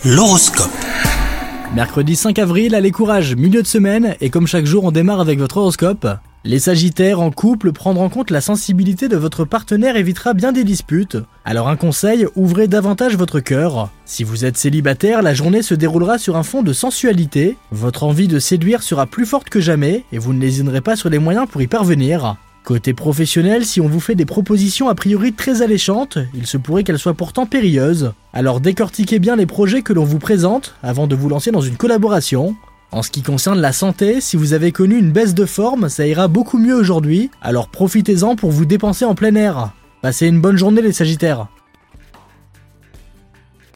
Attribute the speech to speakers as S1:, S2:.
S1: L'horoscope.
S2: Mercredi 5 avril, allez courage, milieu de semaine, et comme chaque jour on démarre avec votre horoscope. Les Sagittaires en couple, prendre en compte la sensibilité de votre partenaire évitera bien des disputes. Alors un conseil, ouvrez davantage votre cœur. Si vous êtes célibataire, la journée se déroulera sur un fond de sensualité. Votre envie de séduire sera plus forte que jamais, et vous ne lésinerez pas sur les moyens pour y parvenir. Côté professionnel, si on vous fait des propositions a priori très alléchantes, il se pourrait qu'elles soient pourtant périlleuses. Alors décortiquez bien les projets que l'on vous présente avant de vous lancer dans une collaboration. En ce qui concerne la santé, si vous avez connu une baisse de forme, ça ira beaucoup mieux aujourd'hui, alors profitez-en pour vous dépenser en plein air. Passez une bonne journée les Sagittaires.